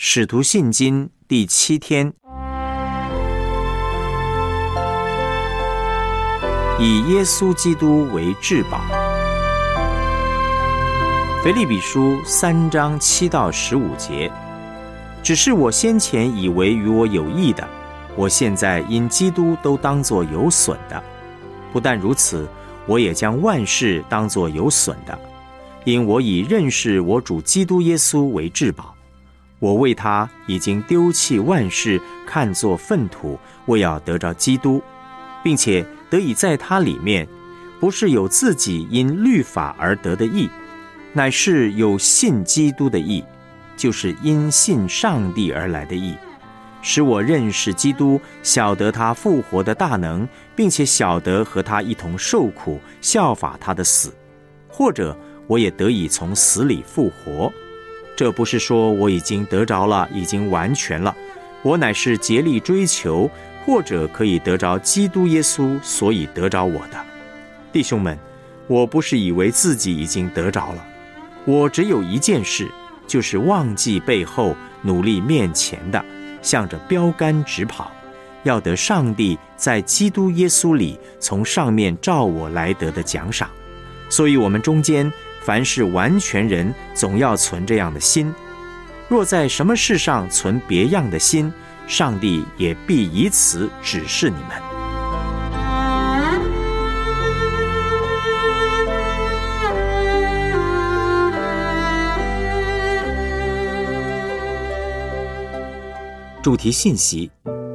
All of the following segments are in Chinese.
使徒信经第7天，以耶稣基督为至宝。腓立比书3章7到15节，只是我先前以为与我有益的，我现在因基督都当作有损的。不但如此，我也将万事当作有损的，因我以认识我主基督耶稣为至宝。我为他已经丢弃万事，看作粪土，为要得着基督，并且得以在他里面，不是有自己因律法而得的义，乃是有信基督的义，就是因信上帝而来的义，使我认识基督，晓得他复活的大能，并且晓得和他一同受苦，效法他的死，或者我也得以从死里复活。这不是说我已经得着了，已经完全了，我乃是竭力追求，或者可以得着基督耶稣，所以得着我的。弟兄们，我不是以为自己已经得着了，我只有一件事，就是忘记背后，努力面前的，向着标杆直跑，要得上帝在基督耶稣里从上面照我来得的奖赏。所以我们中间凡是完全人，总要存这样的心。若在什么事上存别样的心，上帝也必以此指示你们。主题信息：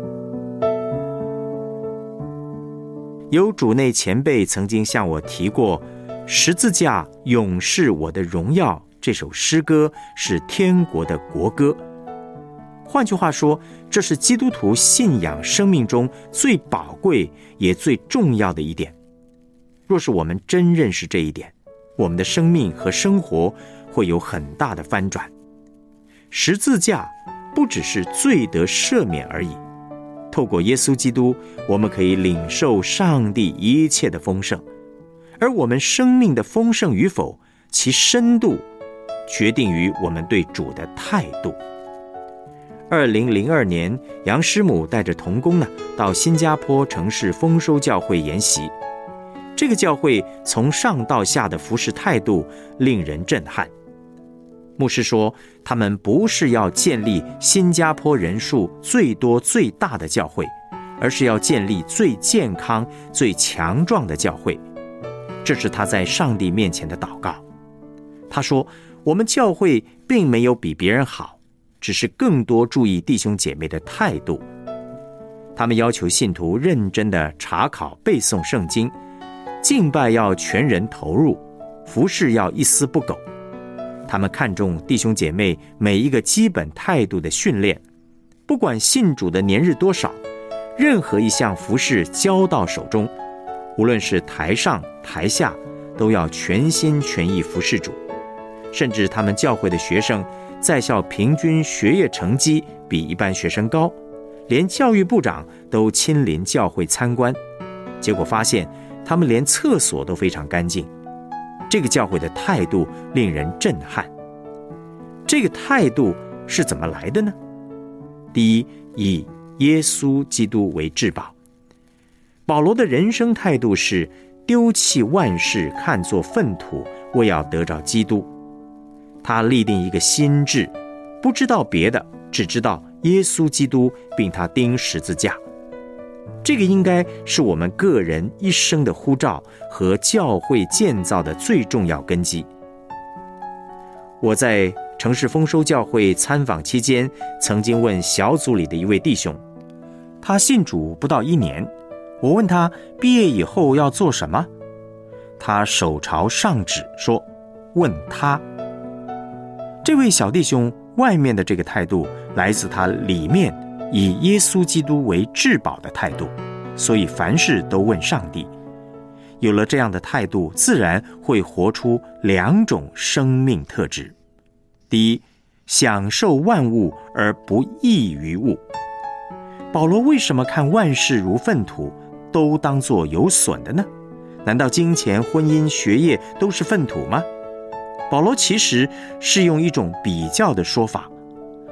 有主内前辈曾经向我提过十字架永是我的荣耀这首诗歌是天国的国歌。换句话说，这是基督徒信仰生命中最宝贵也最重要的一点。若是我们真认识这一点，我们的生命和生活会有很大的翻转。十字架不只是罪得赦免而已，透过耶稣基督，我们可以领受上帝一切的丰盛。而我们生命的丰盛与否，其深度决定于我们对主的态度。2002年，杨师母带着同工到新加坡城市丰收教会研习。这个教会从上到下的服事态度令人震撼。牧师说，他们不是要建立新加坡人数最多最大的教会，而是要建立最健康最强壮的教会。这是他在上帝面前的祷告。他说，我们教会并没有比别人好，只是更多注意弟兄姐妹的态度。他们要求信徒认真地查考背诵圣经，敬拜要全人投入，服事要一丝不苟。他们看重弟兄姐妹每一个基本态度的训练，不管信主的年日多少，任何一项服事交到手中，无论是台上台下，都要全心全意服事主。甚至他们教会的学生在校平均学业成绩比一般学生高，连教育部长都亲临教会参观，结果发现他们连厕所都非常干净。这个教会的态度令人震撼。这个态度是怎么来的呢？第一，以耶稣基督为至宝。保罗的人生态度是丢弃万事，看作粪土，为要得着基督。他立定一个心志，不知道别的，只知道耶稣基督，并他钉十字架。这个应该是我们个人一生的呼召和教会建造的最重要根基。我在城市丰收教会参访期间，曾经问小组里的一位弟兄，他信主不到1年，我问他毕业以后要做什么，他手朝上指说，问他。这位小弟兄外面的这个态度，来自他里面以耶稣基督为至宝的态度，所以凡事都问上帝。有了这样的态度，自然会活出2种生命特质。第一，享受万物而不异于物。保罗为什么看万事如粪土，都当作有损的呢？难道金钱、婚姻、学业都是粪土吗？保罗其实是用一种比较的说法，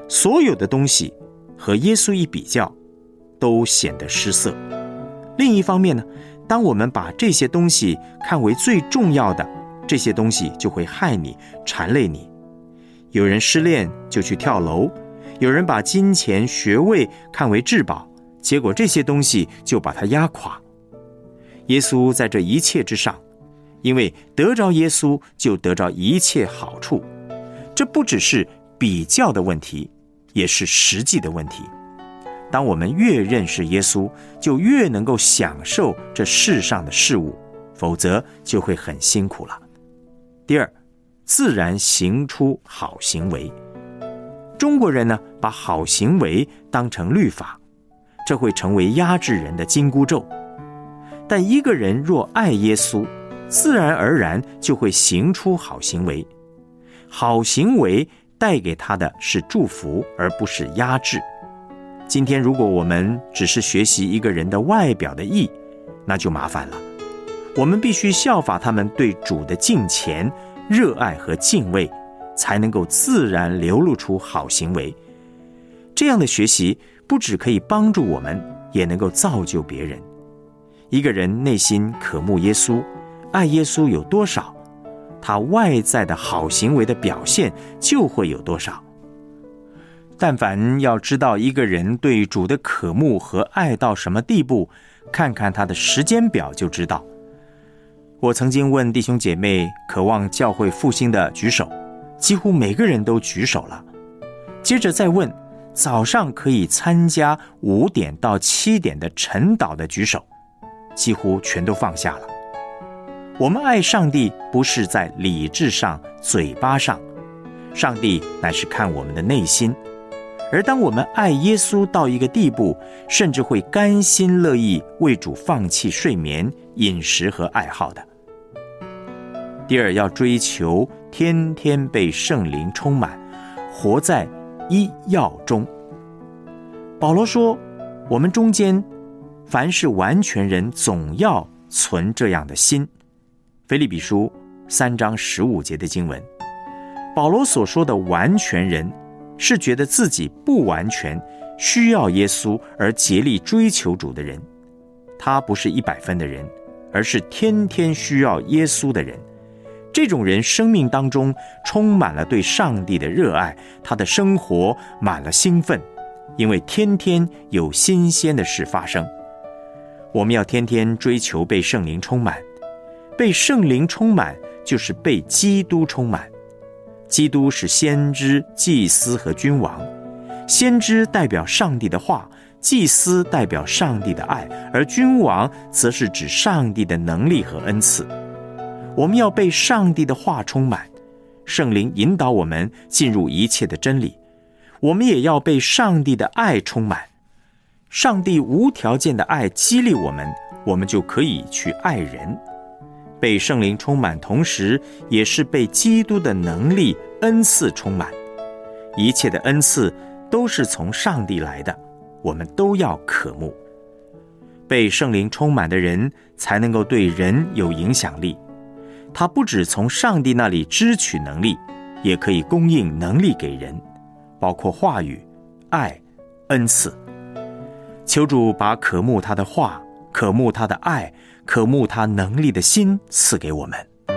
所有的东西和耶稣一比较，都显得失色。另一方面呢，当我们把这些东西看为最重要的，这些东西就会害你，缠累你。有人失恋就去跳楼，有人把金钱、学位看为至宝，结果这些东西就把他压垮。耶稣在这一切之上，因为得着耶稣就得着一切好处。这不只是比较的问题，也是实际的问题。当我们越认识耶稣，就越能够享受这世上的事物，否则就会很辛苦了。第二，自然行出好行为。中国人呢，把好行为当成律法，这会成为压制人的紧箍咒。但一个人若爱耶稣，自然而然就会行出好行为。好行为带给他的是祝福，而不是压制。今天如果我们只是学习一个人的外表的义，那就麻烦了。我们必须效法他们对主的敬虔、热爱和敬畏，才能够自然流露出好行为。这样的学习不只可以帮助我们，也能够造就别人。一个人内心渴慕耶稣，爱耶稣有多少，他外在的好行为的表现就会有多少。但凡要知道一个人对主的渴慕和爱到什么地步，看看他的时间表就知道。我曾经问弟兄姐妹渴望教会复兴的举手，几乎每个人都举手了。接着再问早上可以参加5点到7点的晨祷的举手，几乎全都放下了。我们爱上帝不是在理智上、嘴巴上，上帝乃是看我们的内心。而当我们爱耶稣到一个地步，甚至会甘心乐意为主放弃睡眠、饮食和爱好的。第二，要追求天天被圣灵充满，活在一要中。保罗说，我们中间凡是完全人，总要存这样的心。腓立比书3章15节的经文，保罗所说的完全人，是觉得自己不完全，需要耶稣而竭力追求主的人。他不是100分的人，而是天天需要耶稣的人。这种人生命当中充满了对上帝的热爱，他的生活满了兴奋，因为天天有新鲜的事发生。我们要天天追求被圣灵充满，被圣灵充满就是被基督充满。基督是先知、祭司和君王，先知代表上帝的话，祭司代表上帝的爱，而君王则是指上帝的能力和恩赐。我们要被上帝的话充满，圣灵引导我们进入一切的真理。我们也要被上帝的爱充满，上帝无条件的爱激励我们，我们就可以去爱人。被圣灵充满，同时也是被基督的能力、恩赐充满。一切的恩赐都是从上帝来的，我们都要渴慕。被圣灵充满的人才能够对人有影响力。他不只从上帝那里支取能力，也可以供应能力给人，包括话语、爱、恩赐。求主把渴慕他的话、渴慕他的爱、渴慕他能力的心赐给我们。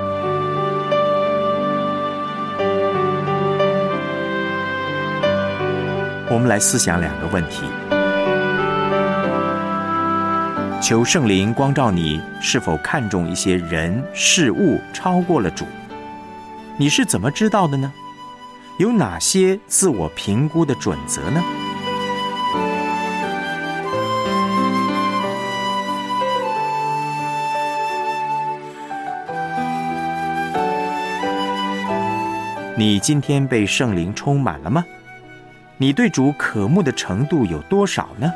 我们来思想2个问题。求圣灵光照你，是否看重一些人事物超过了主？你是怎么知道的呢？有哪些自我评估的准则呢？你今天被圣灵充满了吗？你对主渴慕的程度有多少呢？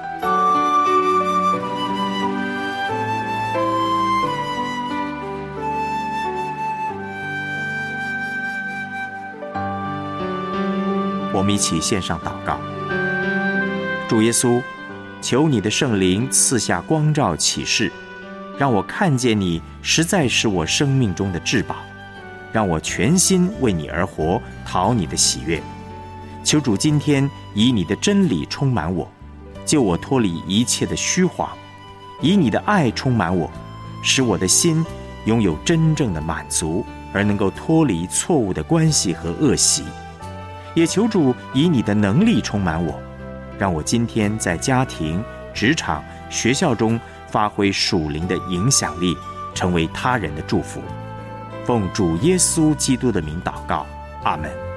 我们一起献上祷告。主耶稣，求你的圣灵赐下光照启示，让我看见你实在是我生命中的至宝，让我全心为你而活，讨你的喜悦。 求主今天以你的真理充满我，救我脱离一切的虚谎，以你的爱充满我，使我的心拥有真正的满足，而能够脱离错误的关系和恶习。也求主以你的能力充满我，让我今天在家庭、职场、学校中发挥属灵的影响力，成为他人的祝福。奉主耶稣基督的名祷告，阿们。